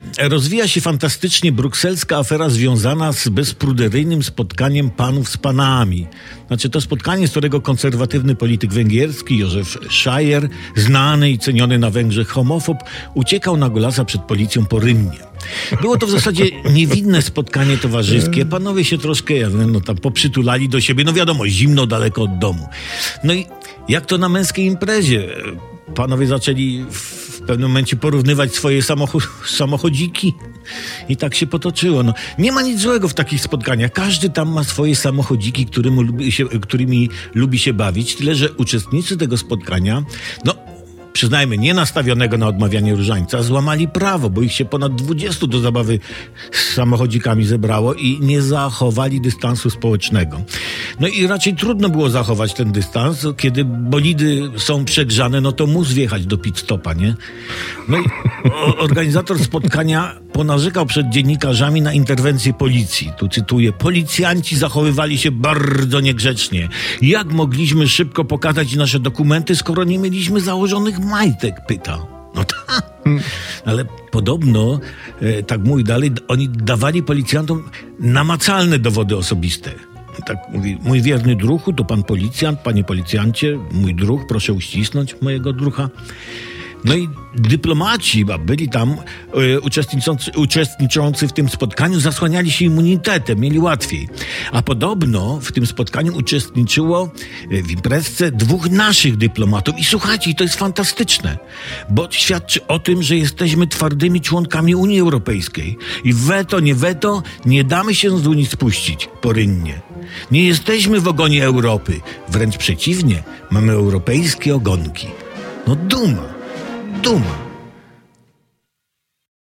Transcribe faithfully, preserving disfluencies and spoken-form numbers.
rozwija się fantastycznie brukselska afera związana z bezpruderyjnym spotkaniem panów z panami. Znaczy to spotkanie, z którego konserwatywny polityk węgierski Józef Szajer, znany i ceniony na Węgrzech homofob, uciekał na golasa przed policją po Rymnie. Było to w zasadzie niewinne spotkanie towarzyskie. Panowie się troszkę, ja wiem, no tam poprzytulali do siebie. No wiadomo, zimno, daleko od domu. No i jak to na męskiej imprezie? Panowie zaczęli w pewnym momencie porównywać swoje samochód, samochodziki i tak się potoczyło. No, nie ma nic złego w takich spotkaniach. Każdy tam ma swoje samochodziki, którym lubi się, którymi lubi się bawić. Tyle, że uczestnicy tego spotkania, no przyznajmy, nie nastawionego na odmawianie różańca, złamali prawo, bo ich się ponad dwudziestu do zabawy z samochodzikami zebrało i nie zachowali dystansu społecznego. No i raczej trudno było zachować ten dystans. Kiedy bolidy są przegrzane, no to mus wjechać do pit stopa, nie? No i organizator spotkania ponarzekał przed dziennikarzami na interwencję policji. Tu cytuję: policjanci zachowywali się bardzo niegrzecznie. Jak mogliśmy szybko pokazać nasze dokumenty, skoro nie mieliśmy założonych majtek? Pytał. No tak. Ale podobno, e, tak mówi dalej, oni dawali policjantom namacalne dowody osobiste. Tak mówi: mój wierny druhu to pan policjant, panie policjancie, mój druh, proszę uścisnąć mojego druha. No i dyplomaci, a byli tam e, uczestniczący, uczestniczący w tym spotkaniu, zasłaniali się immunitetem, mieli łatwiej. A podobno w tym spotkaniu uczestniczyło e, w imprezce dwóch naszych dyplomatów. I słuchajcie, to jest fantastyczne, bo świadczy o tym, że jesteśmy twardymi członkami Unii Europejskiej. I weto, nie weto, nie damy się z Unii spuścić porynnie. Nie jesteśmy w ogonie Europy. Wręcz przeciwnie, mamy europejskie ogonki. No duma. Duma.